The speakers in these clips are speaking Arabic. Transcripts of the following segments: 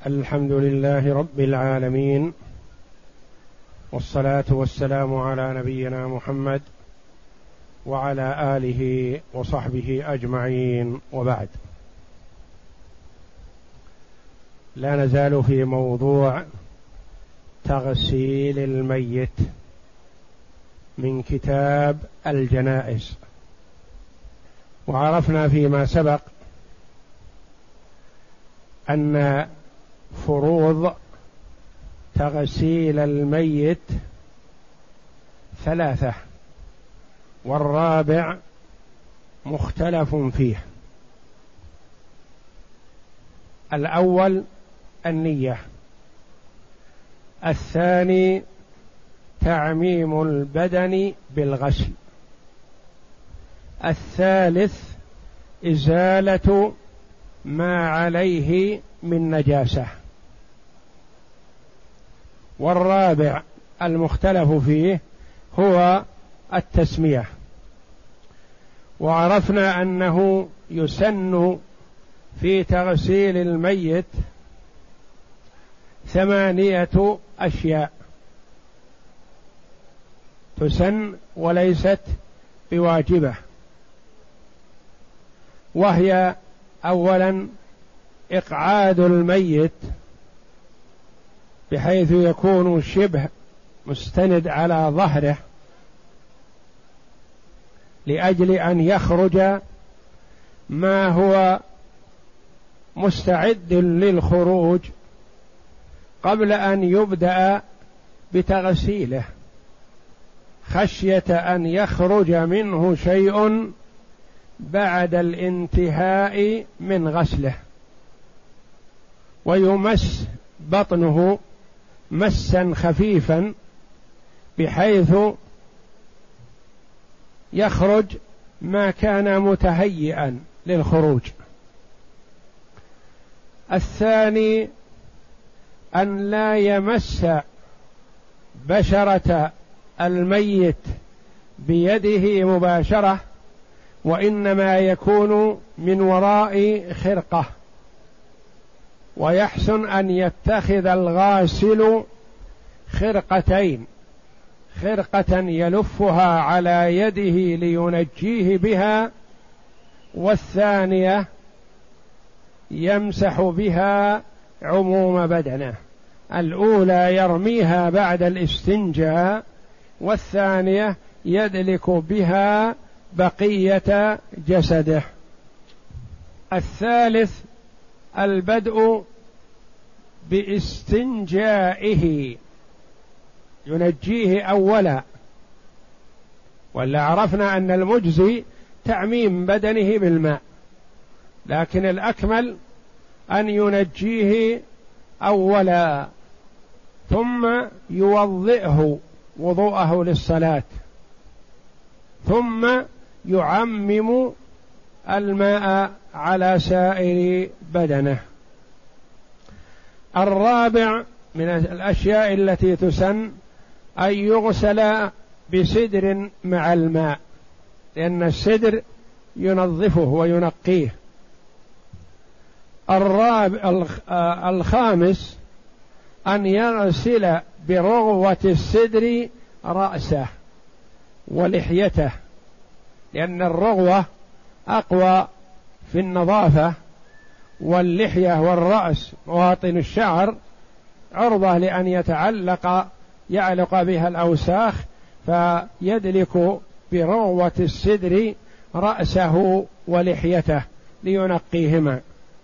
الحمد لله رب العالمين، والصلاة والسلام على نبينا محمد وعلى آله وصحبه أجمعين، وبعد. لا نزال في موضوع تغسيل الميت من كتاب الجنائز. وعرفنا فيما سبق أن فروض تغسيل الميت 3، والرابع مختلف فيه. الأول النية، الثاني تعميم البدن بالغسل، الثالث إزالة ما عليه من نجاسة، والرابع المختلف فيه هو التسمية. وعرفنا أنه يسن في تغسيل الميت 8 أشياء تسن وليست بواجبة، وهي: أولا إقعاد الميت بحيث يكون شبه مستند على ظهره لأجل أن يخرج ما هو مستعد للخروج قبل أن يبدأ بتغسيله، خشية أن يخرج منه شيء بعد الانتهاء من غسله، ويمس بطنه مسا خفيفا بحيث يخرج ما كان متهيئا للخروج. الثاني أن لا يمس بشرة الميت بيده مباشرة، وإنما يكون من وراء خرقة، ويحسن أن يتخذ الغاسل خرقتين: خرقة يلفها على يده لينجيه بها، والثانية يمسح بها عموم بدنه. الأولى يرميها بعد الاستنجاء، والثانية يدلك بها بقية جسده. الثالث البدء باستنجائه، ينجيه أولا، ولا عرفنا أن المجزي تعميم بدنه بالماء، لكن الأكمل أن ينجيه أولا، ثم يوضئه وضوءه للصلاة، ثم يعمم الماء على سائر بدنه. الرابع من الأشياء التي تسن أن يغسل بسدر مع الماء، لأن السدر ينظفه وينقيه. الخامس أن يغسل برغوة السدر رأسه ولحيته، لأن الرغوة أقوى في النظافة، واللحية والرأس مواطن الشعر عرضة لأن يعلق بها الأوساخ، فيدلك برغوة السدر رأسه ولحيته لينقيهما.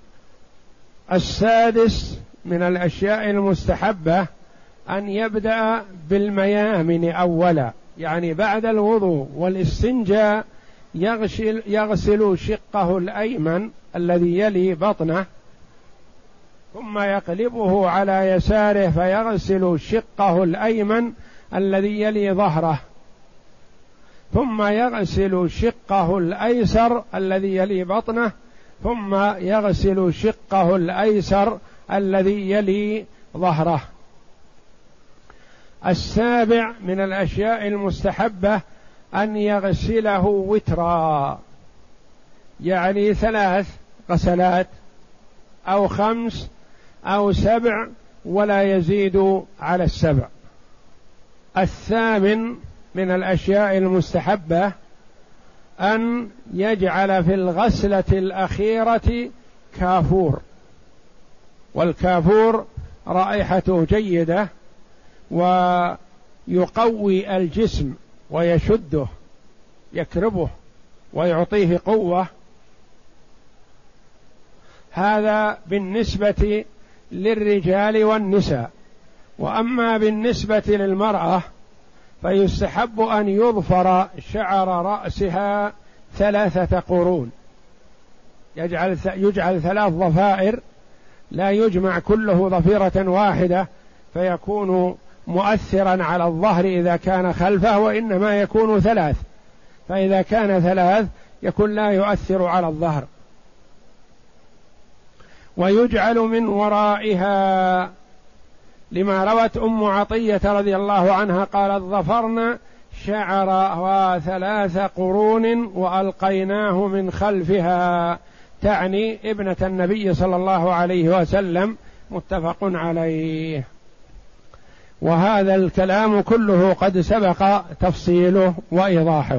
السادس من الأشياء المستحبة أن يبدأ بالميامن أولا، يعني بعد الوضوء والاستنجاء يغسل شقه الأيمن الذي يلي بطنه، ثم يقلبه على يساره فيغسل شقه الأيمن الذي يلي ظهره، ثم يغسل شقه الأيسر الذي يلي بطنه، ثم يغسل شقه الأيسر الذي يلي ظهره. السابع من الأشياء المستحبة أن يغسله وترا، يعني 3 غسلات أو 5 أو 7 ولا يزيد على 7. 8 من الأشياء المستحبة أن يجعل في الغسلة الأخيرة كافور، والكافور رائحته جيدة ويقوي الجسم ويشده، يكربه ويعطيه قوة. هذا بالنسبة للرجال والنساء. وأما بالنسبة للمرأة فيستحب أن يظفر شعر رأسها 3 قرون، يجعل 3 ضفائر، لا يجمع كله ضفيرة واحدة فيكون مؤثرا على الظهر إذا كان خلفه، وإنما يكون 3، فإذا كان 3 يكون لا يؤثر على الظهر. ويجعل من ورائها، لما روت أم عطية رضي الله عنها قالت: ظفرنا شعرها 3 قرون وألقيناه من خلفها، تعني ابنة النبي صلى الله عليه وسلم، متفق عليه. وهذا الكلام كله قد سبق تفصيله وإيضاحه.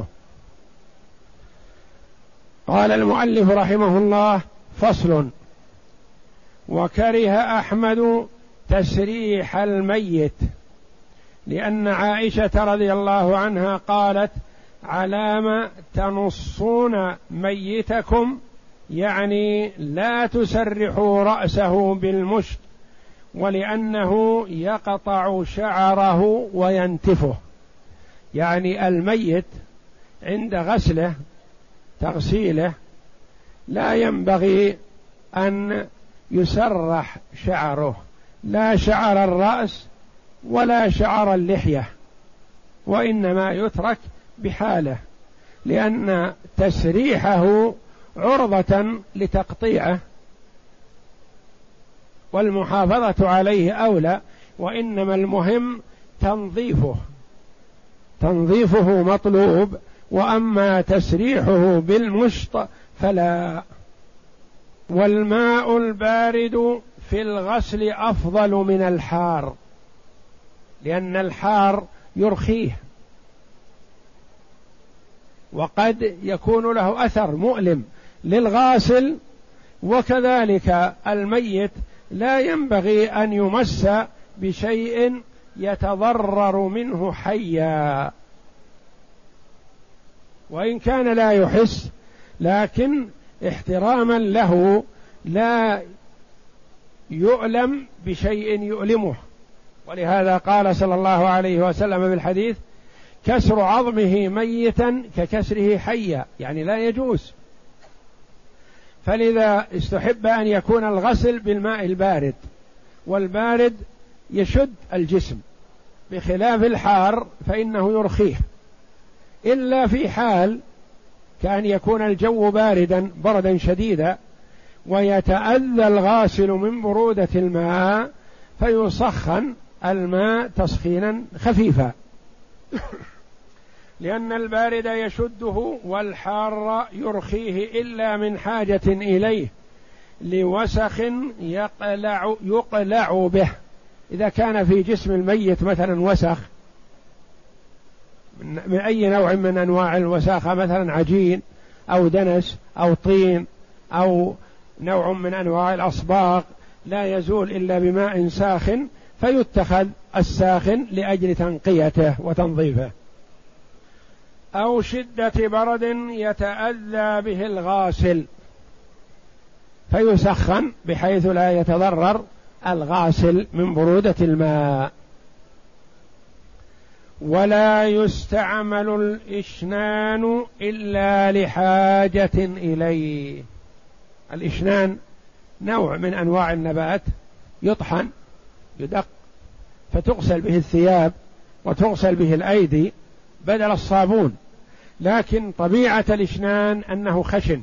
قال المؤلف رحمه الله: فصل. وكره أحمد تسريح الميت، لأن عائشة رضي الله عنها قالت: علام تنصون ميتكم، يعني لا تسرحوا رأسه بالمشط، ولأنه يقطع شعره وينتفه. يعني الميت عند غسله تغسيله لا ينبغي أن يسرح شعره، لا شعر الرأس ولا شعر اللحية، وإنما يترك بحاله، لأن تسريحه عرضة لتقطيعه، والمحافظة عليه أولى، وإنما المهم تنظيفه مطلوب، وأما تسريحه بالمشط فلا. والماء البارد في الغسل أفضل من الحار، لأن الحار يرخيه وقد يكون له أثر مؤلم للغاسل، وكذلك الميت لا ينبغي أن يمس بشيء يتضرر منه حيا، وإن كان لا يحس، لكن احتراما له لا يؤلم بشيء يؤلمه. ولهذا قال صلى الله عليه وسلم بالحديث: كسر عظمه ميتا ككسره حيا، يعني لا يجوز. فلذا استحب أن يكون الغسل بالماء البارد، والبارد يشد الجسم، بخلاف الحار فإنه يرخيه، إلا في حال كأن يكون الجو باردا بردا شديدا ويتأذى الغاسل من برودة الماء، فيسخن الماء تسخينا خفيفا لأن البارد يشده والحار يرخيه، إلا من حاجة إليه لوسخ يقلع به. إذا كان في جسم الميت مثلا وسخ من أي نوع من أنواع الوساخة، مثلا عجين أو دنس أو طين أو نوع من أنواع الأصباغ، لا يزول إلا بماء ساخن، فيتخذ الساخن لأجل تنقيته وتنظيفه. أو شدة برد يتأذى به الغاسل، فيسخن بحيث لا يتضرر الغاسل من برودة الماء. ولا يستعمل الإشنان إلا لحاجة إليه. الإشنان نوع من أنواع النبات، يطحن يدق فتغسل به الثياب وتغسل به الأيدي بدل الصابون، لكن طبيعة الإشنان أنه خشن،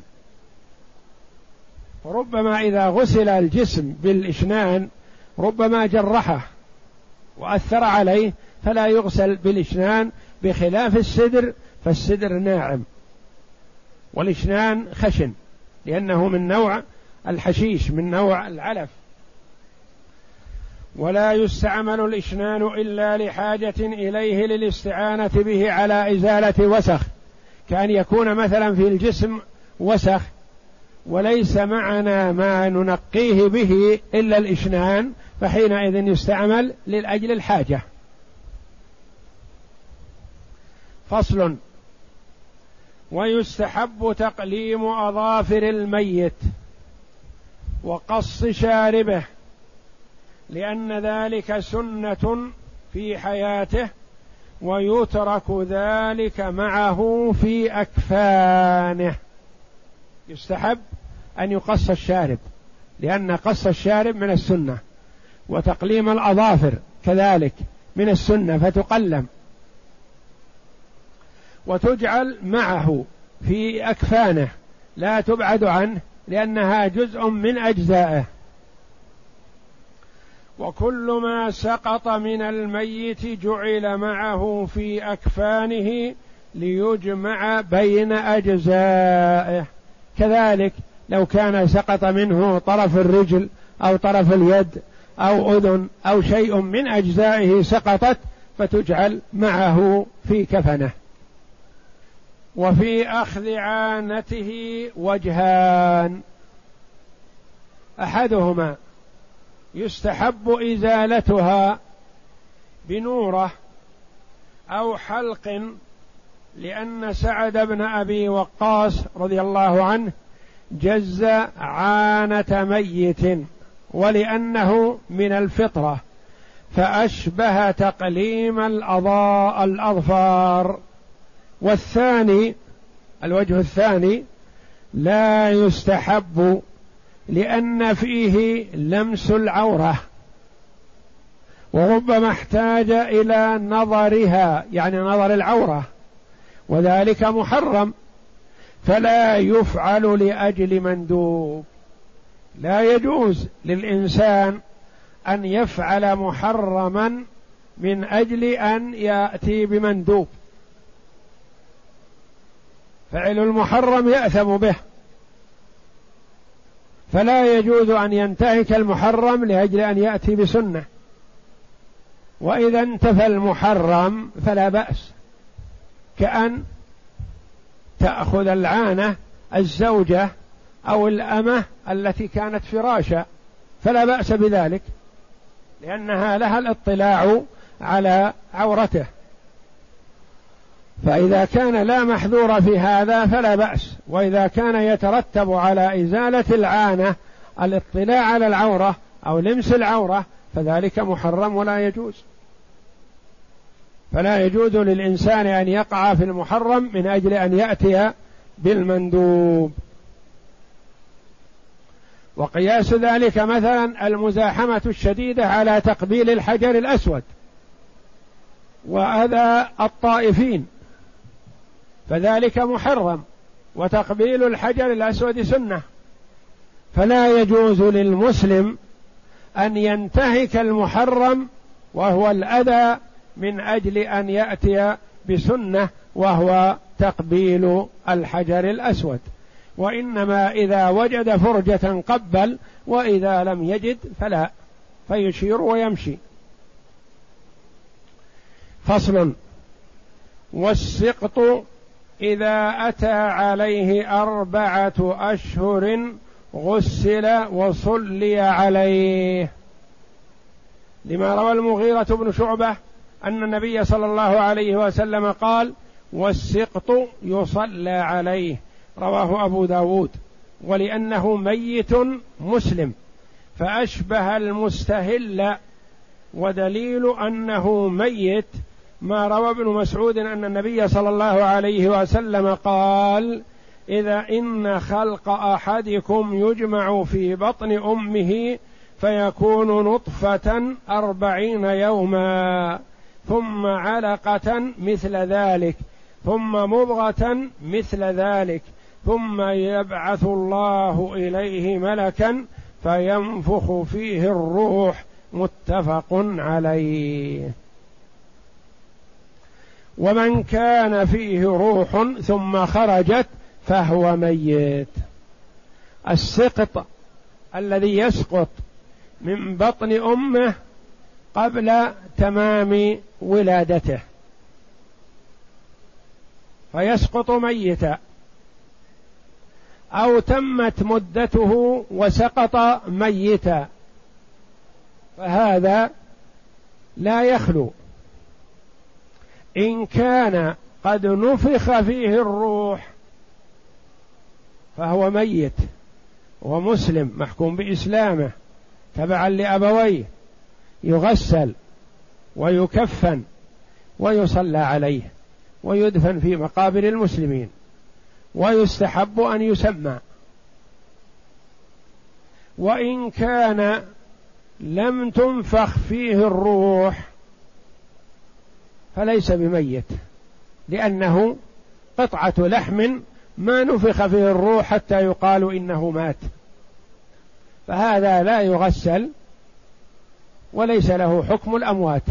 وربما إذا غسل الجسم بالإشنان ربما جرحه وأثر عليه، فلا يغسل بالإشنان، بخلاف السدر، فالسدر ناعم والإشنان خشن، لأنه من نوع الحشيش، من نوع العلف، ولا يستعمل الإشنان إلا لحاجة إليه للاستعانة به على إزالة وسخ، كأن يكون مثلا في الجسم وسخ وليس معنا ما ننقيه به إلا الإشنان، فحينئذ يستعمل لأجل الحاجة. فصل: ويستحب تقليم أظافر الميت وقص شاربه، لأن ذلك سنة في حياته، ويترك ذلك معه في أكفانه. يستحب أن يقص الشارب، لأن قص الشارب من السنة، وتقليم الأظافر كذلك من السنة، فتقلم وتجعل معه في أكفانه، لا تبعد عنه، لأنها جزء من أجزائه. وكل ما سقط من الميت جعل معه في أكفانه ليجمع بين أجزائه. كذلك لو كان سقط منه طرف الرجل أو طرف اليد أو أذن أو شيء من أجزائه سقطت، فتجعل معه في كفنه. وفي أخذ عانته وجهان: أحدهما يستحب إزالتها بنورة أو حلق، لأن سعد بن أبي وقاص رضي الله عنه جز عانة ميت، ولأنه من الفطرة، فأشبه تقليم الأظفار. والثاني، الوجه الثاني، لا يستحب، لأن فيه لمس العورة، وربما احتاج إلى نظرها، يعني نظر العورة، وذلك محرم، فلا يفعل لأجل مندوب. لا يجوز للإنسان أن يفعل محرما من أجل أن يأتي بمندوب، فعل المحرم يأثم به، فلا يجوز أن ينتهك المحرم لأجل أن يأتي بسنة. وإذا انتفى المحرم فلا بأس، كأن تأخذ العانة الزوجة أو الأمة التي كانت فراشا، فلا بأس بذلك، لأنها لها الاطلاع على عورته. فإذا كان لا محذور في هذا فلا بأس. وإذا كان يترتب على إزالة العانة الاطلاع على العورة أو لمس العورة، فذلك محرم ولا يجوز. فلا يجوز للإنسان أن يقع في المحرم من أجل أن يأتي بالمندوب. وقياس ذلك مثلا المزاحمة الشديدة على تقبيل الحجر الأسود وأذى الطائفين، فذلك محرم، وتقبيل الحجر الأسود سنة. فلا يجوز للمسلم أن ينتهك المحرم وهو الأذى من أجل أن يأتي بسنة وهو تقبيل الحجر الأسود، وإنما إذا وجد فرجة قبل، وإذا لم يجد فلا، فيشير ويمشي. فصل: والسقط إذا أتى عليه 4 أشهر غسل وصلي عليه، لما روى المغيرة بن شعبة أن النبي صلى الله عليه وسلم قال: والسقط يصلى عليه، رواه أبو داود. ولأنه ميت مسلم فأشبه المستهل، ودليل أنه ميت ما روى ابن مسعود أن النبي صلى الله عليه وسلم قال: إذا إن خلق أحدكم يجمع في بطن أمه فيكون نطفة 40 يوما، ثم علقة مثل ذلك، ثم مضغة مثل ذلك، ثم يبعث الله إليه ملكا فينفخ فيه الروح، متفق عليه. ومن كان فيه روح ثم خرجت فهو ميت. السقط الذي يسقط من بطن أمه قبل تمام ولادته فيسقط ميتا، أو تمت مدته وسقط ميتا، فهذا لا يخلو. إن كان قد نفخ فيه الروح فهو ميت ومسلم محكوم بإسلامه تبعا لأبويه، يغسل ويكفن ويصلى عليه ويدفن في مقابر المسلمين، ويستحب أن يسمى. وإن كان لم تنفخ فيه الروح فليس بميت، لأنه قطعة لحم ما نفخ فيه الروح حتى يقال إنه مات، فهذا لا يغسل وليس له حكم الأموات.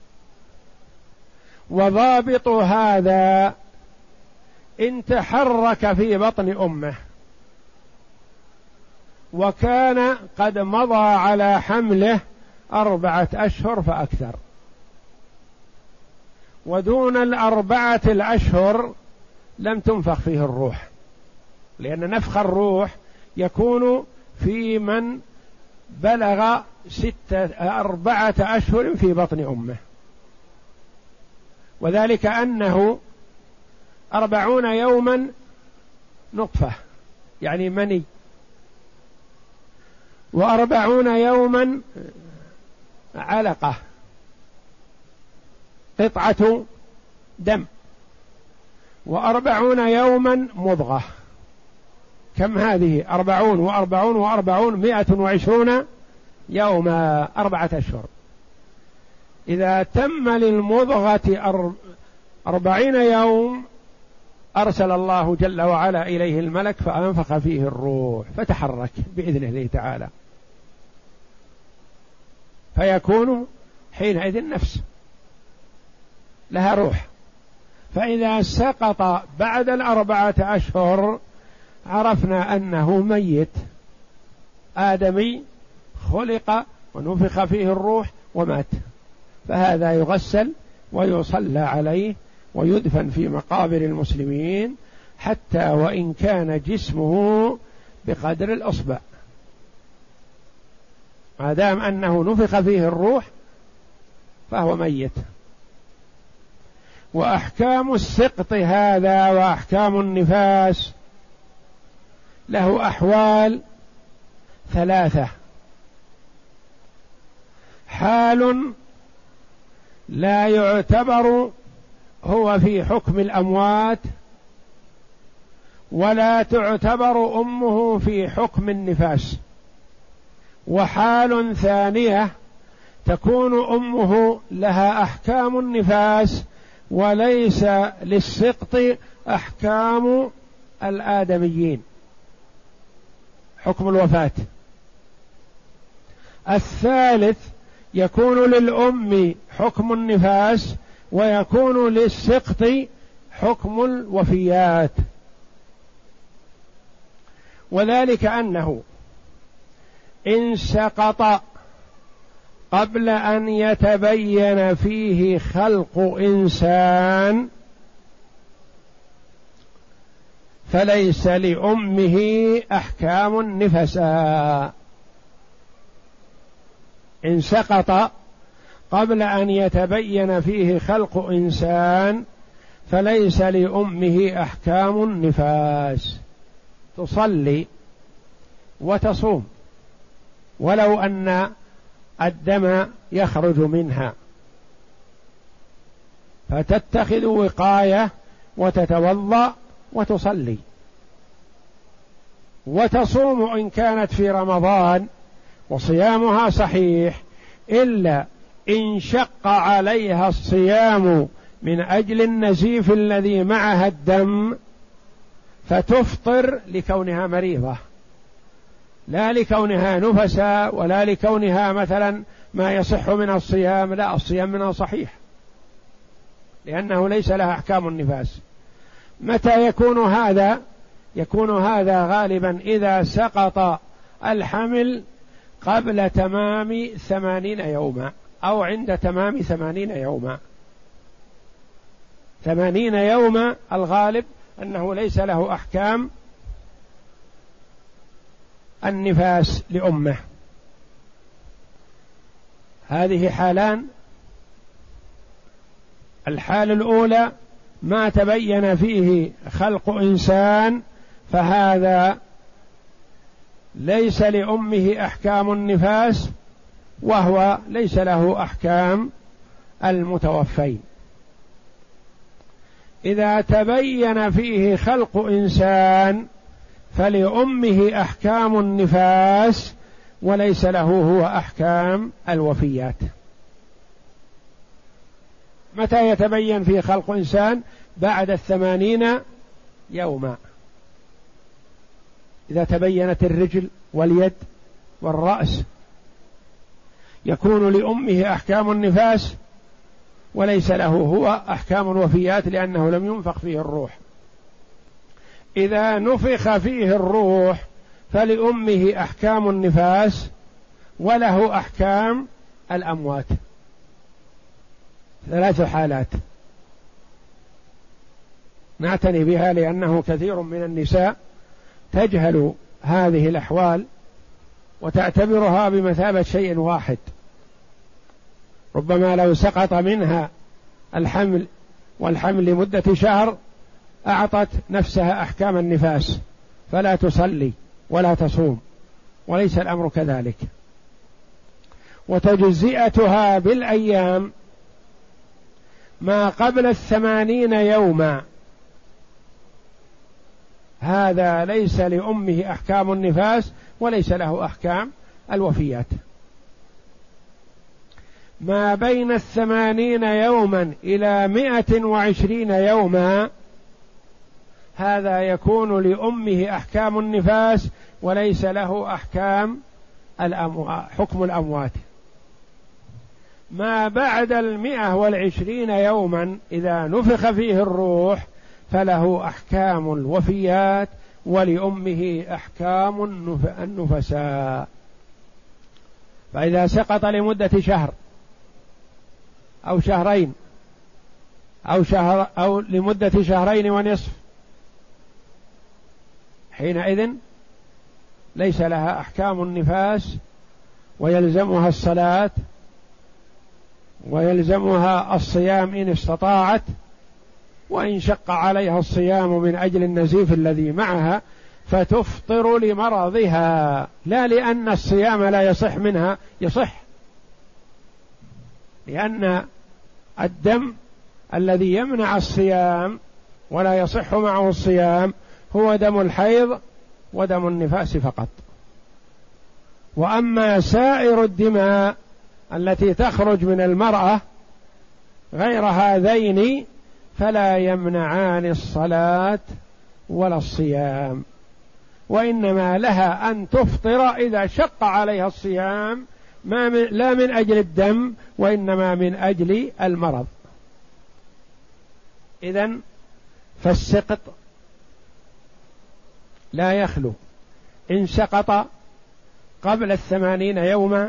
وضابط هذا إن تحرك في بطن أمه وكان قد مضى على حمله 4 أشهر فأكثر، ودون 4 الأشهر لم تنفخ فيه الروح، لأن نفخ الروح يكون في من بلغ 4 أشهر في بطن أمه، وذلك أنه 40 يوما نطفة يعني مني، و40 يوما علقة قطعة دم، و40 يوما مضغة. كم هذه؟ 40 و40 و40 120 يوما، 4 أشهر. إذا تم للمضغة 40 يوم أرسل الله جل وعلا إليه الملك فأنفخ فيه الروح فتحرك بإذنه تعالى، فيكون حينئذ نفس لها روح. فإذا سقط بعد 4 أشهر عرفنا أنه ميت آدمي خلق ونفخ فيه الروح ومات، فهذا يغسل ويصلى عليه ويدفن في مقابر المسلمين، حتى وإن كان جسمه بقدر الأصبع، ما دام أنه نفخ فيه الروح فهو ميت. وأحكام السقط هذا وأحكام النفاس له أحوال 3: حال لا يعتبر هو في حكم الأموات، ولا تعتبر أمه في حكم النفاس، وحال ثانية تكون أمه لها أحكام النفاس وليس للسقط أحكام الآدميين حكم الوفاة. الثالث يكون للأم حكم النفاس ويكون للسقط حكم الوفيات، وذلك أنه إن سقط قبل أن يتبين فيه خلق إنسان فليس لأمه أحكام النفساء. إن سقط قبل أن يتبين فيه خلق إنسان فليس لأمه أحكام النفاس، تصلي وتصوم ولو أن الدم يخرج منها، فتتخذ وقاية وتتوضأ وتصلي وتصوم إن كانت في رمضان، وصيامها صحيح، إلا إن شق عليها الصيام من أجل النزيف الذي معها الدم فتفطر لكونها مريضة، لا لكونها نفسا ولا لكونها مثلا ما يصح من الصيام، لا، الصيام منها صحيح لأنه ليس لها أحكام النفاس. متى يكون هذا؟ يكون هذا غالبا إذا سقط الحمل قبل تمام 80 يوما أو عند تمام 80 يوما. 80 يوما الغالب أنه ليس له أحكام النفاس لأمه. هذه حالان: الحال الأولى ما تبين فيه خلق إنسان، فهذا ليس لأمه أحكام النفاس، وهو ليس له أحكام المتوفين. إذا تبين فيه خلق إنسان فلأمه أحكام النفاس، وليس له هو أحكام الوفيات. متى يتبين فيه خلق إنسان؟ بعد 80 يوما. إذا تبينت الرجل واليد والرأس يكون لأمه أحكام النفاس، وليس له هو أحكام الوفيات لأنه لم ينفخ فيه الروح. إذا نفخ فيه الروح فلأمه أحكام النفاس، وله أحكام الأموات. 3 حالات نعتني بها، لأنه كثير من النساء تجهل هذه الأحوال وتعتبرها بمثابة شيء واحد. ربما لو سقط منها الحمل والحمل لمدة شهر أعطت نفسها أحكام النفاس، فلا تصلي ولا تصوم، وليس الأمر كذلك. وتجزئتها بالأيام ما قبل 80 يوما، هذا ليس لأمه أحكام النفاس، وليس له أحكام الوفيات. ما بين 80 يوما إلى 120 يوما، هذا يكون لأمه أحكام النفاس، وليس له أحكام حكم الأموات. ما بعد 120 يوما إذا نفخ فيه الروح فله أحكام الوفيات، ولأمه أحكام النفساء. فإذا سقط لمدة شهر أو شهرين أو لمدة شهرين ونصف، حينئذ ليس لها أحكام النفاس، ويلزمها الصلاة ويلزمها الصيام إن استطاعت، وإن شق عليها الصيام من أجل النزيف الذي معها فتفطر لمرضها، لا لأن الصيام لا يصح منها، يصح، لأن الدم الذي يمنع الصيام ولا يصح معه الصيام هو دم الحيض ودم النفاس فقط. وأما سائر الدماء التي تخرج من المرأة غير هذين فلا يمنعان الصلاة ولا الصيام، وإنما لها أن تفطر إذا شق عليها الصيام، لا من أجل الدم، وإنما من أجل المرض. إذن فالسقط لا يخلو. إن سقط قبل 80 يوما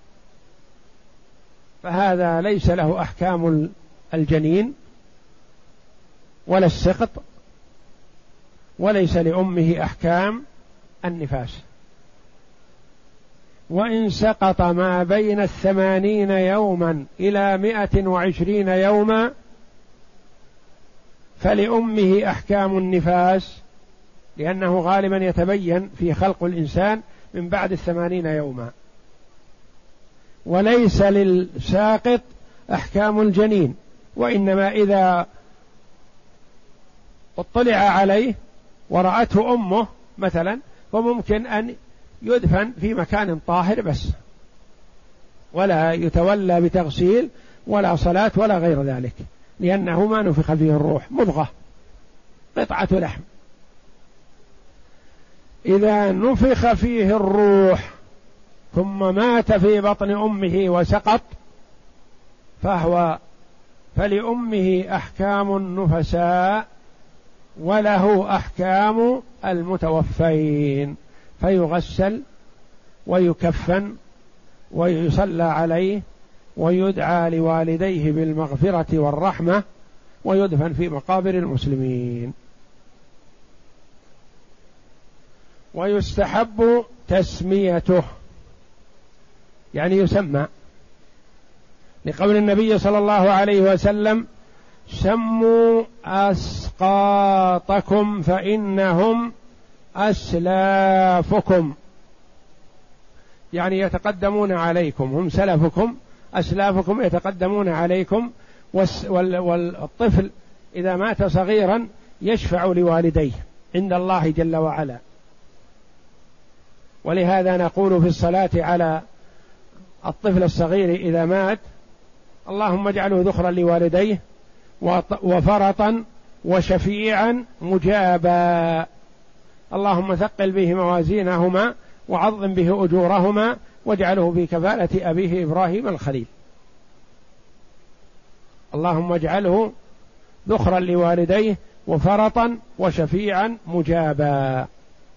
فهذا ليس له أحكام الجنين ولا السقط، وليس لأمه أحكام النفاس. وإن سقط ما بين 80 يوما إلى 120 يوما فلأمه أحكام النفاس، لأنه غالبا يتبين في خلق الإنسان من بعد 80 يوما، وليس للساقط أحكام الجنين، وإنما إذا اطلع عليه ورأته أمه مثلا فممكن أن يدفن في مكان طاهر بس، ولا يتولى بتغسيل ولا صلاة ولا غير ذلك، لأنه ما نفخ فيه الروح، مضغة قطعة لحم. إذا نفخ فيه الروح ثم مات في بطن أمه وسقط فلأمه أحكام النفساء وله أحكام المتوفين، فيغسل ويكفن ويصلى عليه ويدعى لوالديه بالمغفرة والرحمة، ويدفن في مقابر المسلمين. ويستحب تسميته، يعني يسمى، لقول النبي صلى الله عليه وسلم: سموا أسقاطكم فإنهم أسلافكم، يعني يتقدمون عليكم، هم سلفكم، أسلافكم يتقدمون عليكم. والطفل إذا مات صغيرا يشفع لوالديه عند الله جل وعلا، ولهذا نقول في الصلاة على الطفل الصغير إذا مات: اللهم اجعله ذخرا لوالديه وفرطا وشفيعا مجابا، اللهم ثقل به موازينهما وعظم به أجورهما واجعله في كفالة أبيه إبراهيم الخليل. اللهم اجعله ذخرا لوالديه وفرطا وشفيعا مجابا.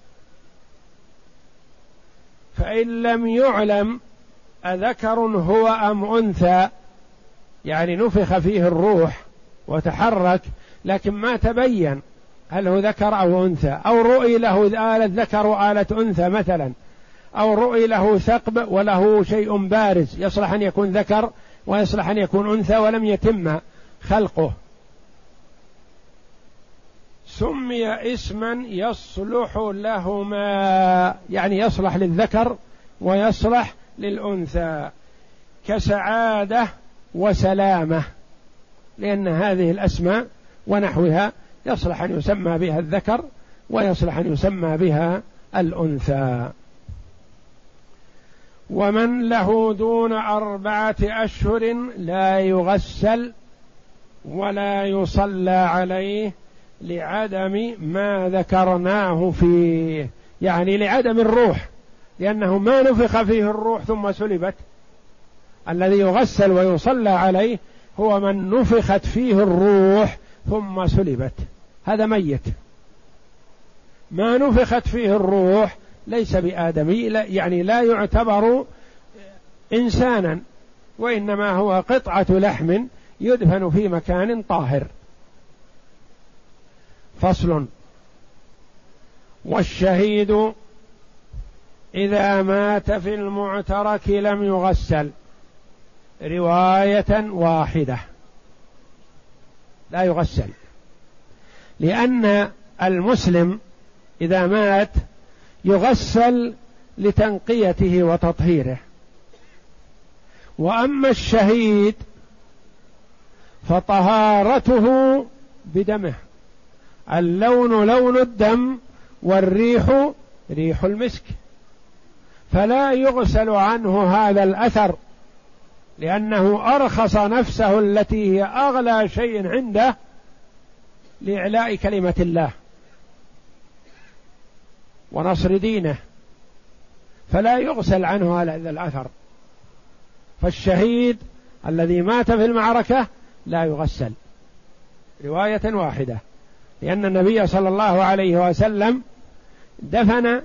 فإن لم يعلم أذكر هو أم أنثى، يعني نفخ فيه الروح وتحرك لكن ما تبين هل هو ذكر أو أنثى، أو رؤي له آلة ذكر وآلة أنثى مثلا، أو رؤي له ثقب وله شيء بارز يصلح أن يكون ذكر ويصلح أن يكون أنثى ولم يتم خلقه، سمي اسما يصلح لهما، يعني يصلح للذكر ويصلح للأنثى، كسعادة وسلامة، لأن هذه الأسماء ونحوها يصلح أن يسمى بها الذكر ويصلح أن يسمى بها الأنثى. ومن له دون 4 أشهر لا يغسل ولا يصلى عليه لعدم ما ذكرناه فيه، يعني لعدم الروح، لأنه ما نفخ فيه الروح ثم سلبت. الذي يغسل ويصلى عليه هو من نفخت فيه الروح ثم سلبت، هذا ميت. ما نفخت فيه الروح ليس بآدمي، يعني لا يعتبر إنسانا، وإنما هو قطعة لحم يدفن في مكان طاهر. فصل: والشهيد إذا مات في المعترك لم يغسل، رواية واحدة، لا يغسل، لأن المسلم إذا مات يغسل لتنقيته وتطهيره، وأما الشهيد فطهارته بدمه، اللون لون الدم والريح ريح المسك، فلا يغسل عنه هذا الأثر، لأنه أرخص نفسه التي هي أغلى شيء عنده لإعلاء كلمة الله ونصر دينه، فلا يغسل عنه هذا الأثر. فالشهيد الذي مات في المعركة لا يغسل، رواية واحدة، لأن النبي صلى الله عليه وسلم دفن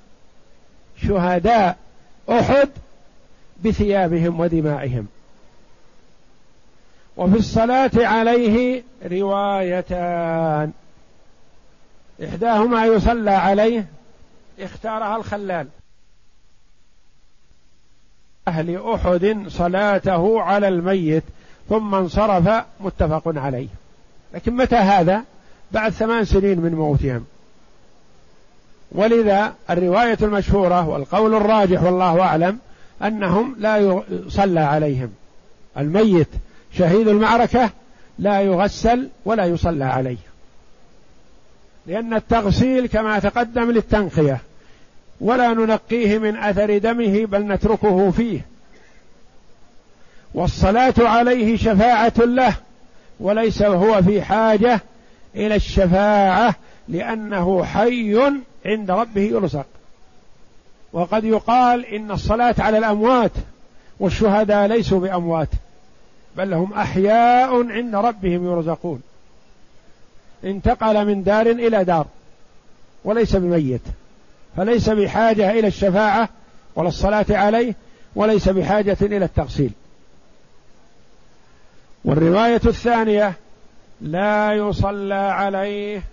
شهداء أحد بثيابهم ودمائهم. وفي الصلاة عليه روايتان، إحداهما يصلى عليه اختارها الخلال، أهل أحد صلاته على الميت ثم انصرف، متفق عليه. لكن متى هذا؟ بعد 8 سنين من موتهم. ولذا الرواية المشهورة والقول الراجح والله أعلم أنهم لا يصلى عليهم، الميت شهيد المعركة لا يغسل ولا يصلى عليه، لأن التغسيل كما تقدم للتنقية، ولا ننقيه من أثر دمه بل نتركه فيه، والصلاة عليه شفاعة له، وليس هو في حاجة إلى الشفاعة لأنه حي عند ربه يرزق. وقد يقال إن الصلاة على الأموات والشهداء ليسوا بأموات بل هم أحياء عند ربهم يرزقون، انتقل من دار إلى دار وليس بميت، فليس بحاجة إلى الشفاعة ولا الصلاة عليه، وليس بحاجة إلى التغسيل. والرواية الثانية لا يصلى عليه،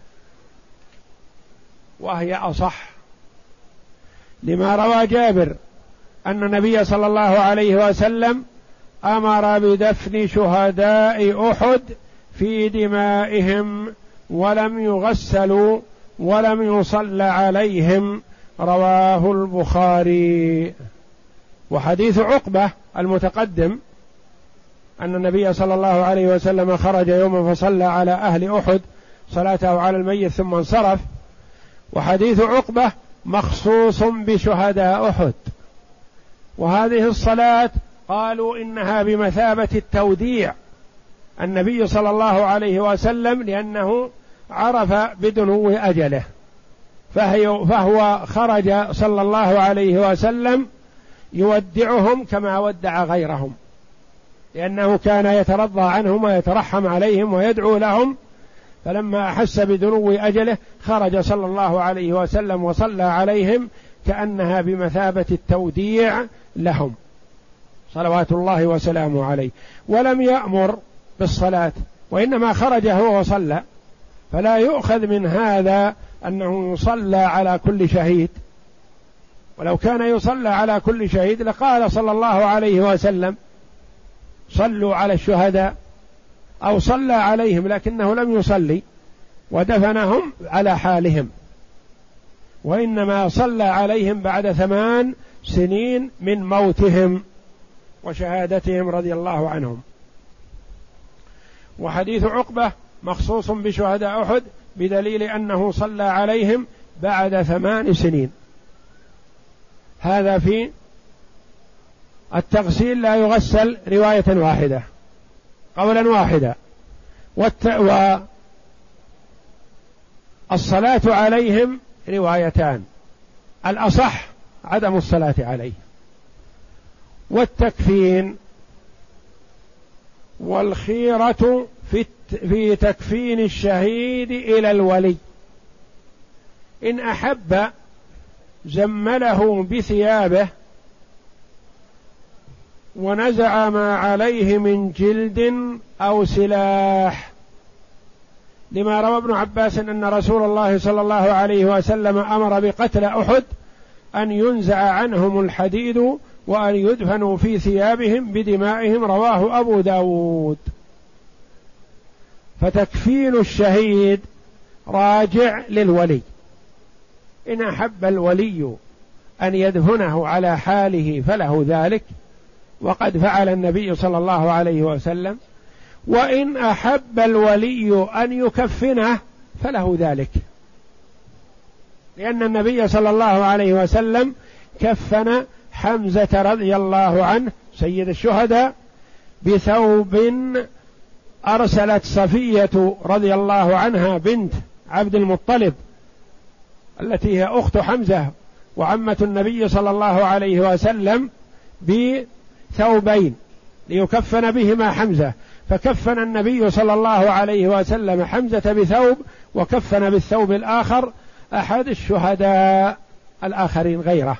وهي أصح، لما روى جابر أن النبي صلى الله عليه وسلم أمر بدفن شهداء أحد في دمائهم ولم يغسلوا ولم يصلى عليهم، رواه البخاري. وحديث عقبة المتقدم أن النبي صلى الله عليه وسلم خرج يوما فصلى على أهل أحد صلاته على الميت ثم انصرف، وحديث عقبة مخصوص بشهداء أحد، وهذه الصلاة قالوا إنها بمثابة التوديع النبي صلى الله عليه وسلم، لأنه عرف بدنو أجله، فهو خرج صلى الله عليه وسلم يودعهم كما ودع غيرهم، لأنه كان يترضى عنهم ويترحم عليهم ويدعو لهم، فلما أحس بدنو أجله خرج صلى الله عليه وسلم وصلى عليهم كأنها بمثابة التوديع لهم صلوات الله وسلامه عليه، ولم يأمر بالصلاة، وإنما خرج هو وصلى، فلا يؤخذ من هذا أنه يصلى على كل شهيد، ولو كان يصلى على كل شهيد لقال صلى الله عليه وسلم صلوا على الشهداء، أو صلى عليهم لكنه لم يصلي ودفنهم على حالهم، وإنما صلى عليهم بعد 8 سنين من موتهم وشهادتهم رضي الله عنهم. وحديث عقبة مخصوص بشهداء أحد بدليل أنه صلى عليهم بعد 8 سنين. هذا في التغسيل، لا يغسل رواية واحدة قولا واحدا، والصلاة عليهم روايتان، الأصح عدم الصلاة عليه، والتكفين والخيرة في تكفين الشهيد إلى الولي، إن أحب زمله بثيابه ونزع ما عليه من جلد أو سلاح، لما روى ابن عباس أن رسول الله صلى الله عليه وسلم أمر بقتل أحد أن ينزع عنهم الحديد وأن يدفنوا في ثيابهم بدمائهم، رواه أبو داود. فتكفين الشهيد راجع للولي، إن أحب الولي أن يدفنه على حاله فله ذلك، وقد فعل النبي صلى الله عليه وسلم، وإن أحب الولي أن يكفنه فله ذلك، لأن النبي صلى الله عليه وسلم كفن حمزة رضي الله عنه سيد الشهداء بثوب أرسلت صفية رضي الله عنها بنت عبد المطلب التي هي أخت حمزة وعمة النبي صلى الله عليه وسلم بثوبين ليكفن بهما حمزة، فكفن النبي صلى الله عليه وسلم حمزة بثوب، وكفن بالثوب الآخر أحد الشهداء الآخرين غيره.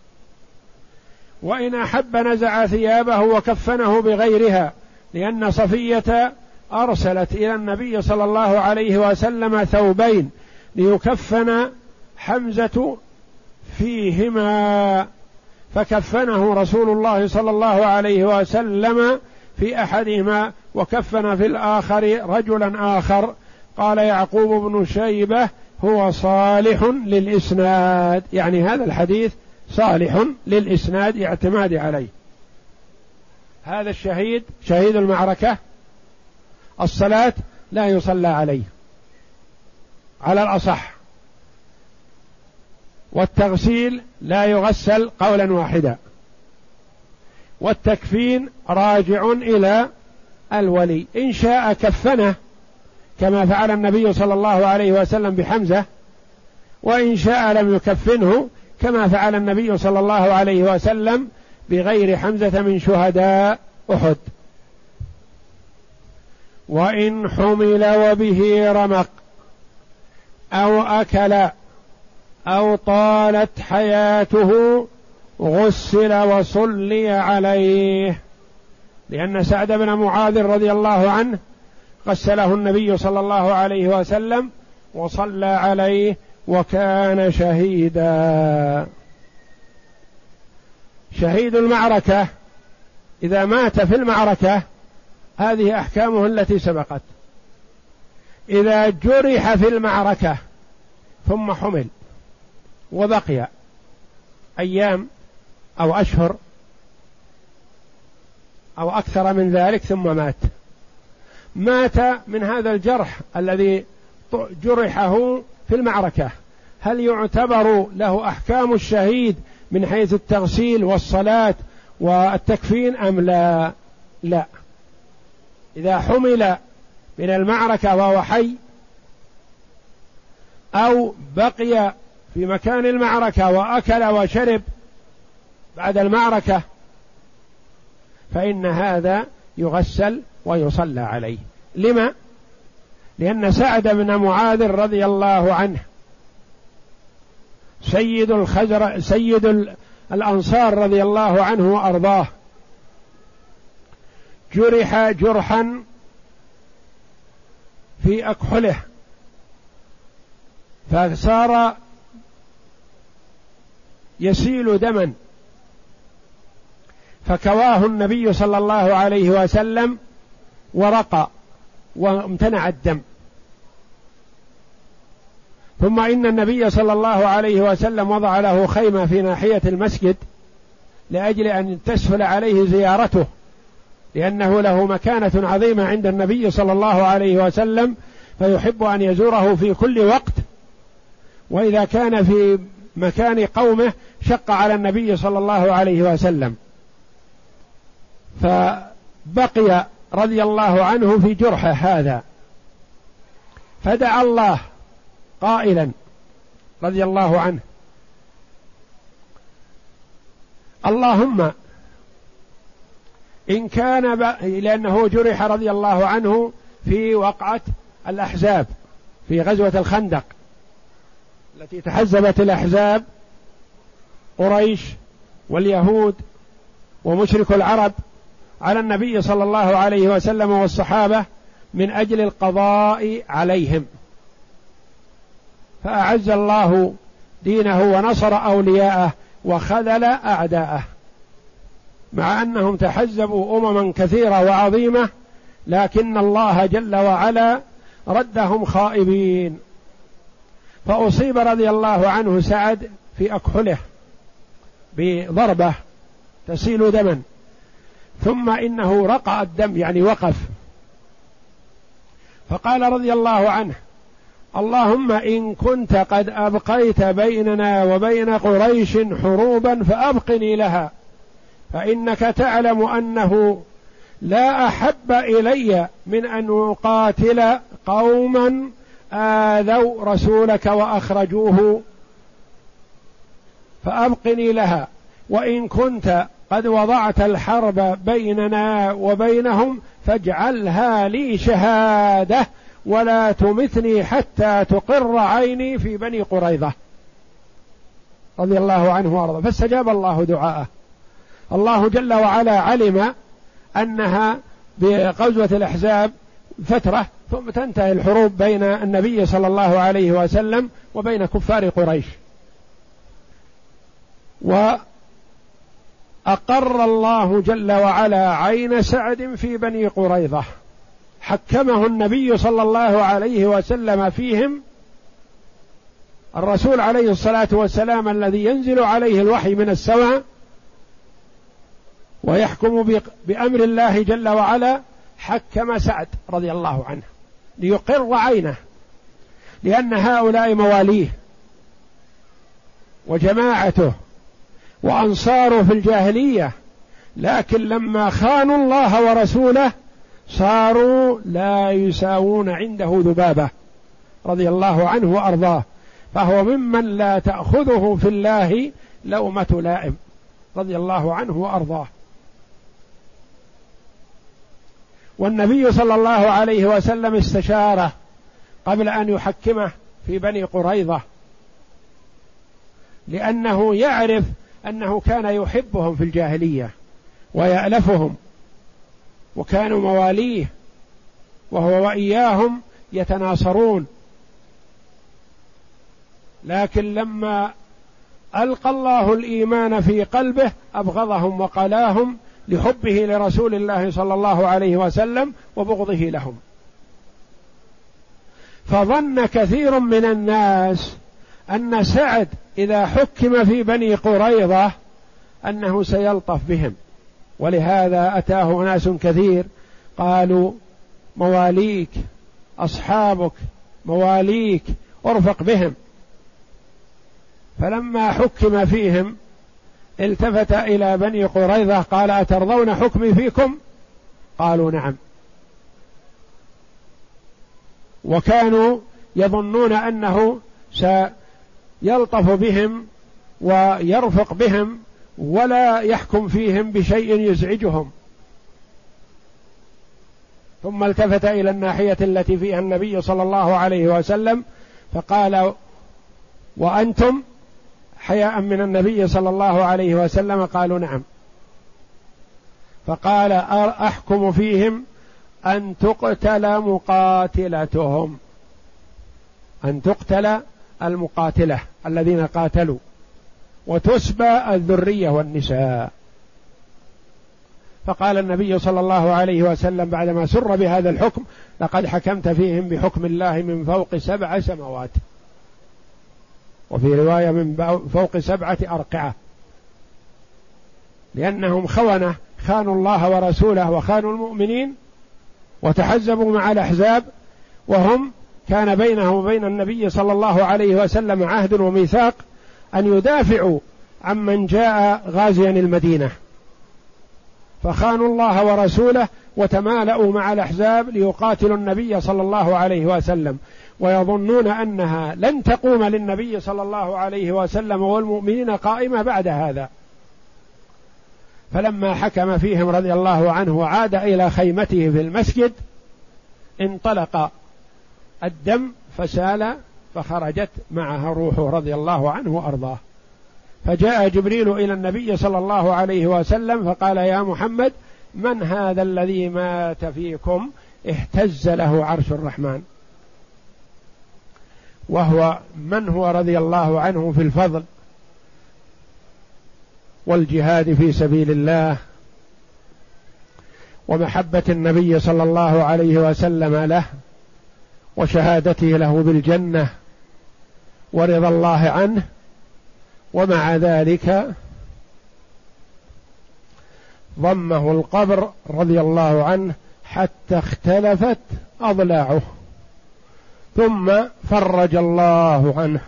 وإن أحب نزع ثيابه وكفنه بغيرها، لأن صفية أرسلت إلى النبي صلى الله عليه وسلم ثوبين ليكفن حمزة فيهما، فكفنه رسول الله صلى الله عليه وسلم في أحدهما وكفن في الآخر رجلا آخر. قال يعقوب بن شيبة هو صالح للإسناد، يعني هذا الحديث صالح للإسناد اعتماد عليه. هذا الشهيد شهيد المعركة الصلاة لا يصلى عليه على الأصح، والتغسيل لا يغسل قولا واحدا، والتكفين راجع إلى الولي، إن شاء كفنه كما فعل النبي صلى الله عليه وسلم بحمزة، وإن شاء لم يكفنه كما فعل النبي صلى الله عليه وسلم بغير حمزة من شهداء أحد. وإن حمل وبه رمق أو أكل أو طالت حياته غسل وصلي عليه، لأن سعد بن معاذ رضي الله عنه غسله النبي صلى الله عليه وسلم وصلى عليه وكان شهيدا. شهيد المعركة إذا مات في المعركة هذه أحكامه التي سبقت. إذا جرح في المعركة ثم حمل وبقي أيام أو أشهر أو أكثر من ذلك ثم مات من هذا الجرح الذي جرحه في المعركة، هل يعتبر له أحكام الشهيد من حيث التغسيل والصلاة والتكفين أم لا؟ لا. إذا حمل من المعركة وهو حي أو بقي في مكان المعركة وأكل وشرب بعد المعركة فإن هذا يغسل ويصلى عليه. لما؟ لأن سعد بن معاذ رضي الله عنه سيد الأنصار رضي الله عنه وأرضاه جرح جرحا في أكحله فصار يسيل دما، فكواه النبي صلى الله عليه وسلم ورقى وامتنع الدم. ثم إن النبي صلى الله عليه وسلم وضع له خيمة في ناحية المسجد لأجل أن تسهل عليه زيارته، لأنه له مكانة عظيمة عند النبي صلى الله عليه وسلم، فيحب أن يزوره في كل وقت، وإذا كان في مكان قومه شق على النبي صلى الله عليه وسلم. فبقي رضي الله عنه في جرحه هذا، فدعا الله قائلا رضي الله عنه: اللهم إن كان لأنه جرح رضي الله عنه في وقعة الأحزاب في غزوة الخندق التي تحزبت الأحزاب قريش واليهود ومشرك العرب على النبي صلى الله عليه وسلم والصحابة من أجل القضاء عليهم، فأعز الله دينه ونصر أولياءه وخذل أعداءه، مع أنهم تحزبوا أمما كثيرة وعظيمة، لكن الله جل وعلا ردهم خائبين. فأصيب رضي الله عنه سعد في أكحله بضربة تسيل دما، ثم إنه رقع الدم يعني وقف، فقال رضي الله عنه: اللهم إن كنت قد أبقيت بيننا وبين قريش حروبا فأبقني لها، فإنك تعلم أنه لا أحب إلي من أن أقاتل قوما آذوا رسولك وأخرجوه، فأبقني لها، وإن كنت قد وضعت الحرب بيننا وبينهم فاجعلها لي شهادة ولا تمتني حتى تقر عيني في بني قريظة. رضي الله عنه وارضاه. فاستجاب الله دعاءه. الله جل وعلا علم أنها بغزوة الأحزاب فترة ثم تنتهي الحروب بين النبي صلى الله عليه وسلم وبين كفار قريش، وأقر الله جل وعلا عين سعد في بني قريظة، حكمه النبي صلى الله عليه وسلم فيهم، الرسول عليه الصلاة والسلام الذي ينزل عليه الوحي من السماء ويحكم بأمر الله جل وعلا، حكم سعد رضي الله عنه ليقر عينه، لأن هؤلاء مواليه وجماعته وأنصاره في الجاهلية، لكن لما خانوا الله ورسوله صاروا لا يساوون عنده ذبابة رضي الله عنه وأرضاه، فهو ممن لا تأخذه في الله لومة لائم رضي الله عنه وأرضاه. والنبي صلى الله عليه وسلم استشاره قبل أن يحكمه في بني قريظة، لأنه يعرف أنه كان يحبهم في الجاهلية ويألفهم، وكانوا مواليه، وهو وإياهم يتناصرون، لكن لما ألقى الله الإيمان في قلبه أبغضهم وقلاهم لحبه لرسول الله صلى الله عليه وسلم وبغضه لهم. فظن كثير من الناس أن سعد إذا حكم في بني قريظة أنه سيلطف بهم، ولهذا أتاه ناس كثير قالوا مواليك أصحابك مواليك ارفق بهم. فلما حكم فيهم التفت إلى بني قريظة قال أترضون حكمي فيكم؟ قالوا نعم. وكانوا يظنون أنه سيلطف بهم ويرفق بهم ولا يحكم فيهم بشيء يزعجهم. ثم التفت إلى الناحية التي فيها النبي صلى الله عليه وسلم فقال وأنتم؟ حياء من النبي صلى الله عليه وسلم قالوا نعم. فقال أحكم فيهم أن تقتل مقاتلتهم، أن تقتل المقاتلة الذين قاتلوا، وتسبى الذرية والنساء. فقال النبي صلى الله عليه وسلم بعدما سر بهذا الحكم لقد حكمت فيهم بحكم الله من فوق 7 سماوات، وفي رواية من فوق 7 أرقعة، لأنهم خونة، خانوا الله ورسوله وخانوا المؤمنين وتحزبوا مع الأحزاب، وهم كان بينه وبين النبي صلى الله عليه وسلم عهد وميثاق أن يدافعوا عمن جاء غازيا المدينة، فخانوا الله ورسوله وتمالؤوا مع الأحزاب ليقاتلوا النبي صلى الله عليه وسلم، ويظنون أنها لن تقوم للنبي صلى الله عليه وسلم والمؤمنين قائمة بعد هذا. فلما حكم فيهم رضي الله عنه وعاد إلى خيمته في المسجد انطلق الدم فسال فخرجت معها روحه رضي الله عنه وأرضاه. فجاء جبريل إلى النبي صلى الله عليه وسلم فقال يا محمد من هذا الذي مات فيكم؟ اهتز له عرش الرحمن. وهو من هو رضي الله عنه في الفضل والجهاد في سبيل الله ومحبة النبي صلى الله عليه وسلم له وشهادته له بالجنة ورضا الله عنه، ومع ذلك ضمه القبر رضي الله عنه حتى اختلفت أضلاعه، ثم فرج الله عنه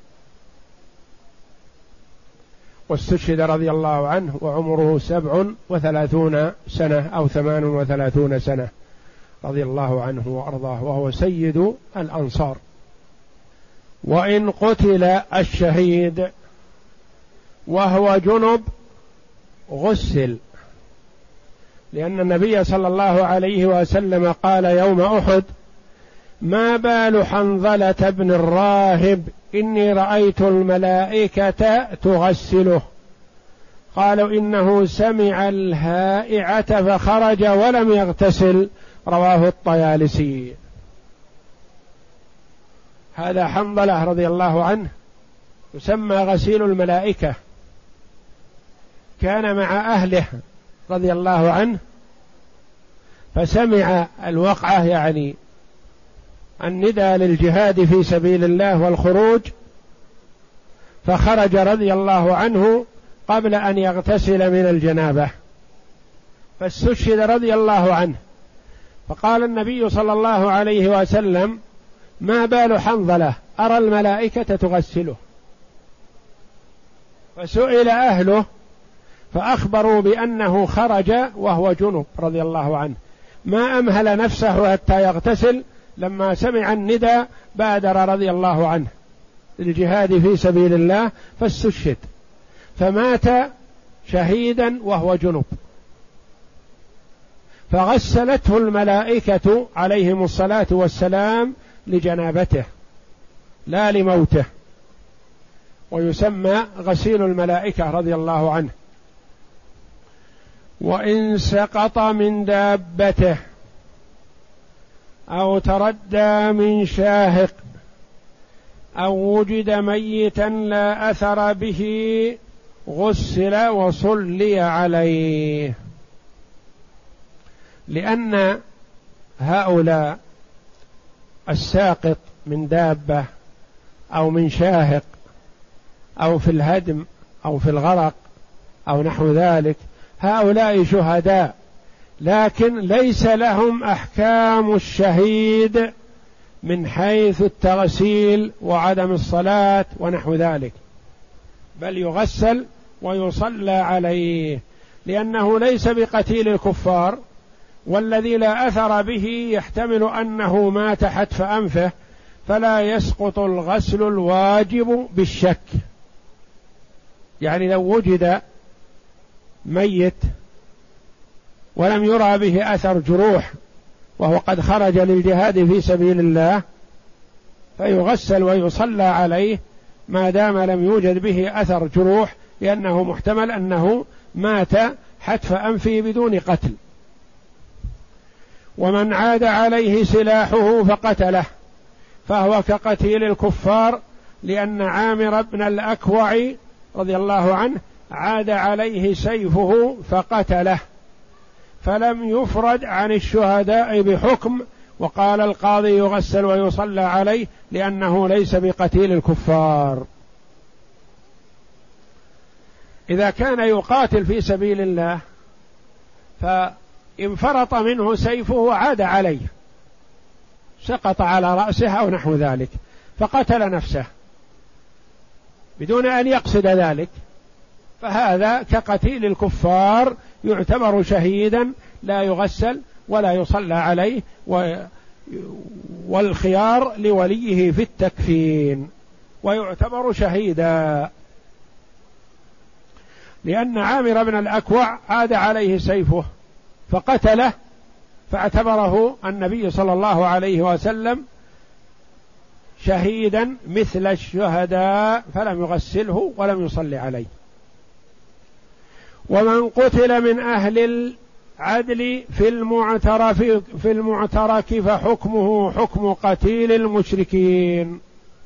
واستشهد رضي الله عنه وعمره 37 سنة أو 38 سنة رضي الله عنه وأرضاه، وهو سيد الأنصار. وإن قتل الشهيد وهو جنب غسل، لأن النبي صلى الله عليه وسلم قال يوم أحد ما بال حنظلة بن الراهب إني رأيت الملائكة تغسله، قالوا إنه سمع الهائعة فخرج ولم يغتسل، رواه الطيالسي. هذا حنظلة رضي الله عنه يسمى غسيل الملائكة، كان مع أهله رضي الله عنه فسمع الوقعة يعني الندى للجهاد في سبيل الله والخروج، فخرج رضي الله عنه قبل أن يغتسل من الجنابة فاستشهد رضي الله عنه. فقال النبي صلى الله عليه وسلم ما بال حنظلة أرى الملائكة تغسله، فسئل أهله فأخبروا بأنه خرج وهو جنب رضي الله عنه، ما أمهل نفسه حتى يغتسل، لما سمع الندى بادر رضي الله عنه للجهاد في سبيل الله فاستشهد، فمات شهيدا وهو جنب، فغسلته الملائكة عليهم الصلاة والسلام لجنابته لا لموته، ويسمى غسيل الملائكة رضي الله عنه. وإن سقط من دابته أو تردى من شاهق أو وجد ميتا لا أثر به غسل وصلي عليه، لأن هؤلاء الساقط من دابة أو من شاهق أو في الهدم أو في الغرق أو نحو ذلك هؤلاء شهداء، لكن ليس لهم أحكام الشهيد من حيث التغسيل وعدم الصلاة ونحو ذلك، بل يغسل ويصلى عليه، لأنه ليس بقتيل الكفار، والذي لا أثر به يحتمل أنه مات حتف أنفه، فلا يسقط الغسل الواجب بالشك. يعني لو وجد ميت ولم يرى به أثر جروح وهو قد خرج للجهاد في سبيل الله فيغسل ويصلى عليه ما دام لم يوجد به أثر جروح، لأنه محتمل أنه مات حتف أنفه بدون قتل. ومن عاد عليه سلاحه فقتله فهو كقتيل الكفار، لأن عامر بن الأكوع رضي الله عنه عاد عليه سيفه فقتله، فلم يفرد عن الشهداء بحكم، وقال القاضي يغسل ويصلى عليه لأنه ليس بقتيل الكفار. إذا كان يقاتل في سبيل الله فانفرط منه سيفه وعاد عليه، سقط على رأسه أو نحو ذلك فقتل نفسه بدون أن يقصد ذلك، فهذا كقتيل الكفار، يعتبر شهيدا لا يغسل ولا يصلى عليه، والخيار لوليه في التكفين، ويعتبر شهيدا، لأن عامر بن الأكوع عاد عليه سيفه فقتله، فاعتبره النبي صلى الله عليه وسلم شهيدا مثل الشهداء، فلم يغسله ولم يصلي عليه. ومن قتل من أهل العدل في المعترك فحكمه حكم قتيل المشركين.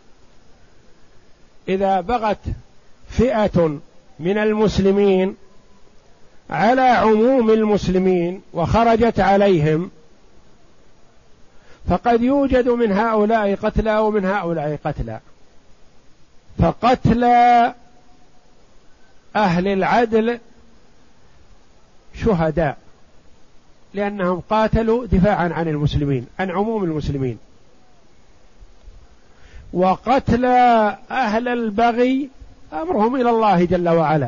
إذا بغت فئة من المسلمين على عموم المسلمين وخرجت عليهم، فقد يوجد من هؤلاء قتلى ومن هؤلاء قتلى، فقتلى أهل العدل شهداء لأنهم قاتلوا دفاعا عن المسلمين، عن عموم المسلمين، وقتلى أهل البغي أمرهم إلى الله جل وعلا،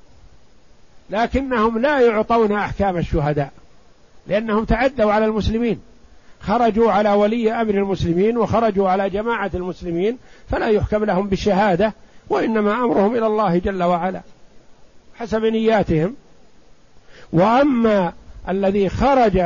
لكنهم لا يعطون أحكام الشهداء لأنهم تعدوا على المسلمين، خرجوا على ولي أمر المسلمين وخرجوا على جماعة المسلمين، فلا يحكم لهم بالشهادة، وإنما أمرهم إلى الله جل وعلا حسب نياتهم. وأما الذي خرج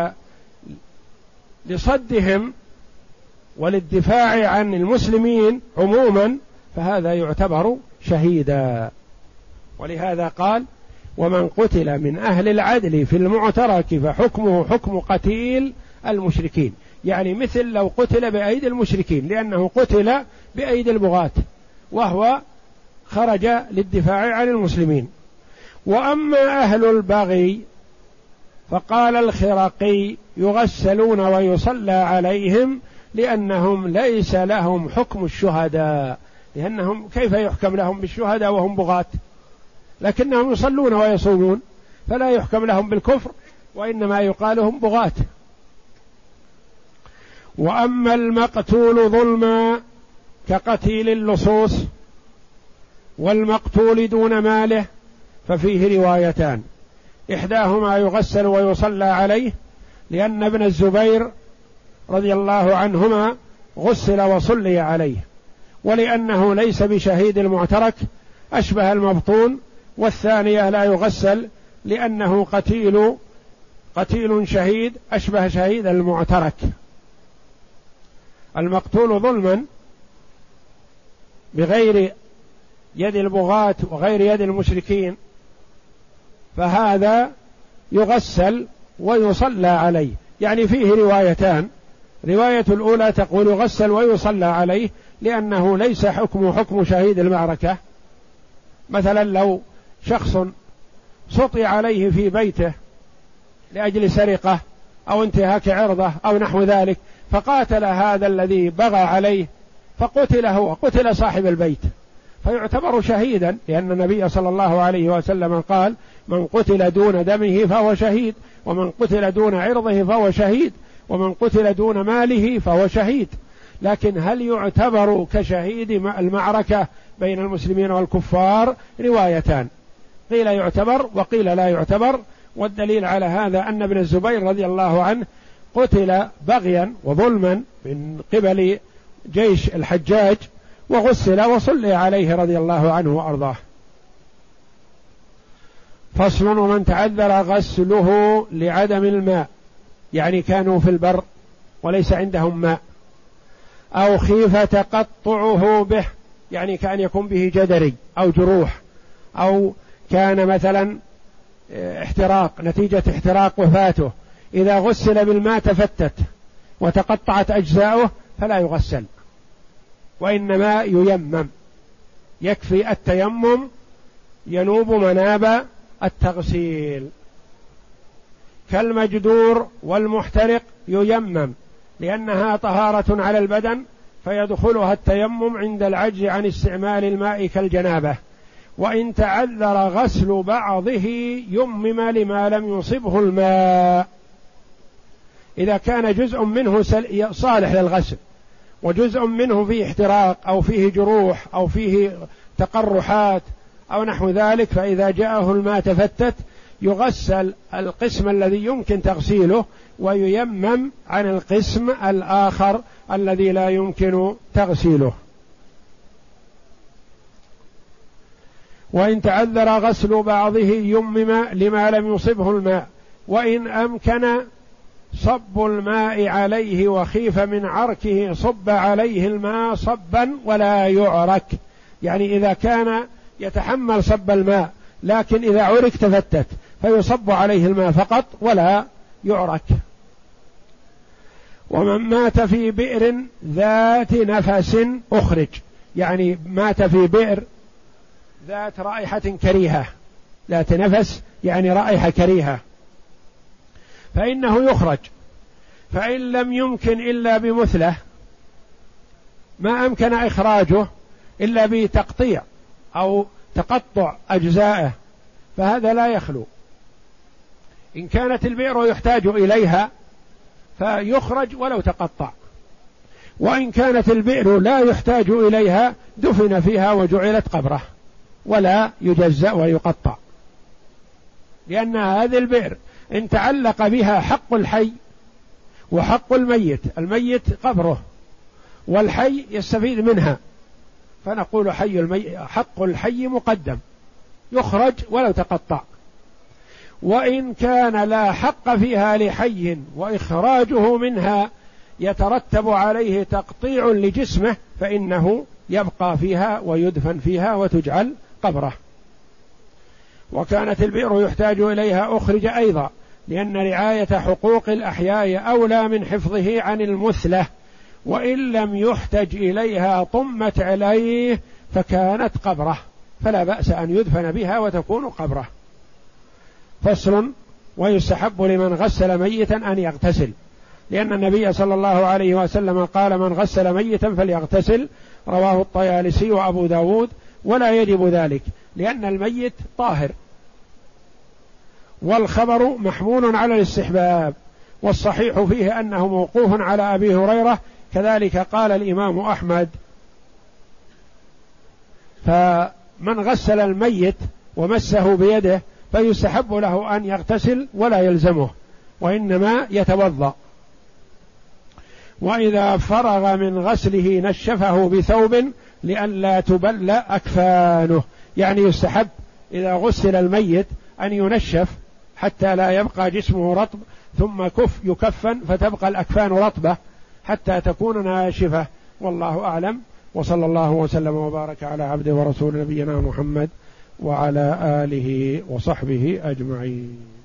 لصدهم وللدفاع عن المسلمين عموما فهذا يعتبر شهيدا. ولهذا قال: ومن قتل من أهل العدل في المعترك فحكمه حكم قتيل المشركين، يعني مثل لو قتل بأيدي المشركين، لأنه قتل بأيدي البغاة وهو خرج للدفاع عن المسلمين. وأما أهل البغي فقال الخرقي: يغسلون ويصلى عليهم لأنهم ليس لهم حكم الشهداء، لأنهم كيف يحكم لهم بالشهداء وهم بغاة؟ لكنهم يصلون ويصومون، فلا يحكم لهم بالكفر، وإنما يقال هم بغاة. وأما المقتول ظلما كقتيل اللصوص والمقتول دون ماله ففيه روايتان، إحداهما يغسل ويصلى عليه لأن ابن الزبير رضي الله عنهما غسل وصلي عليه، ولأنه ليس بشهيد المعترك أشبه المبطون، والثانية لا يغسل لأنه قتيل شهيد أشبه شهيد المعترك. المقتول ظلما بغير يد البغاة وغير يد المشركين فهذا يغسل ويصلى عليه. يعني فيه روايتان، رواية الأولى تقول يغسل ويصلى عليه لأنه ليس حكم شهيد المعركة. مثلا لو شخص سطي عليه في بيته لأجل سرقة أو انتهاك عرضه أو نحو ذلك، فقاتل هذا الذي بغى عليه فقتل هو، قتل صاحب البيت، فيعتبر شهيدا، لأن النبي صلى الله عليه وسلم قال: من قتل دون دمه فهو شهيد، ومن قتل دون عرضه فهو شهيد، ومن قتل دون ماله فهو شهيد. لكن هل يعتبر كشهيد المعركة بين المسلمين والكفار؟ روايتان، قيل يعتبر وقيل لا يعتبر. والدليل على هذا أن ابن الزبير رضي الله عنه قتل بغيا وظلما من قبل جيش الحجاج، وغسل وصلي عليه رضي الله عنه وأرضاه. فصل: ومن تعذر غسله لعدم الماء، يعني كانوا في البر وليس عندهم ماء، أو خيف تقطعه به، يعني كان يكون به جدري أو جروح، أو كان مثلا احتراق نتيجة احتراق وفاته، إذا غسل بالماء تفتت وتقطعت أجزاؤه فلا يغسل، وإنما ييمم، يكفي التيمم ينوب مناب التغسيل. كالمجدور والمحترق ييمم لأنها طهارة على البدن، فيدخلها التيمم عند العجز عن استعمال الماء كالجنابة. وإن تعذر غسل بعضه يمم لما لم يصبه الماء، إذا كان جزء منه صالح للغسل وجزء منه فيه احتراق أو فيه جروح أو فيه تقرحات أو نحو ذلك، فإذا جاءه الماء تفتت يغسل القسم الذي يمكن تغسيله وييمم عن القسم الآخر الذي لا يمكن تغسيله. وإن تعذر غسل بعضه يمم لما لم يصبه الماء، وإن أمكن صب الماء عليه وخيف من عركه صب عليه الماء صبا ولا يعرك، يعني إذا كان يتحمل صب الماء لكن إذا عرك تفتت فيصب عليه الماء فقط ولا يعرك. ومن مات في بئر ذات نفس أخرج، يعني مات في بئر ذات رائحة كريهة، ذات نفس يعني رائحة كريهة، فإنه يخرج. فإن لم يمكن إلا بمثله، ما أمكن إخراجه إلا بتقطيع أو تقطع أجزائه، فهذا لا يخلو. إن كانت البئر يحتاج إليها فيخرج ولو تقطع، وإن كانت البئر لا يحتاج إليها دفن فيها وجعلت قبره ولا يجزأ ويقطع، لأن هذه البئر إن تعلق بها حق الحي وحق الميت، الميت قبره والحي يستفيد منها، فنقول حق الحي مقدم، يخرج ولو تقطع. وإن كان لا حق فيها لحي وإخراجه منها يترتب عليه تقطيع لجسمه، فإنه يبقى فيها ويدفن فيها وتجعل قبره. وكانت البئر يحتاج إليها أخرج أيضا، لأن رعاية حقوق الأحياء أولى من حفظه عن المثلة، وإن لم يحتج إليها طمت عليه فكانت قبره، فلا بأس أن يدفن بها وتكون قبره. فصل: ويستحب لمن غسل ميتا أن يغتسل، لأن النبي صلى الله عليه وسلم قال: من غسل ميتا فليغتسل، رواه الطيالسي وأبو داود. ولا يجب ذلك لأن الميت طاهر، والخبر محمول على الاستحباب، والصحيح فيه أنه موقوف على أبي هريرة، كذلك قال الإمام أحمد. فمن غسل الميت ومسه بيده فيستحب له أن يغتسل ولا يلزمه، وإنما يتوضأ. وإذا فرغ من غسله نشفه بثوب لئلا تبل أكفانه، يعني يستحب إذا غسل الميت أن ينشف حتى لا يبقى جسمه رطب، ثم يكفن فتبقى الأكفان رطبة حتى تكون ناشفة. والله أعلم، وصلى الله وسلم وبارك على عبده ورسول نبينا محمد وعلى آله وصحبه أجمعين.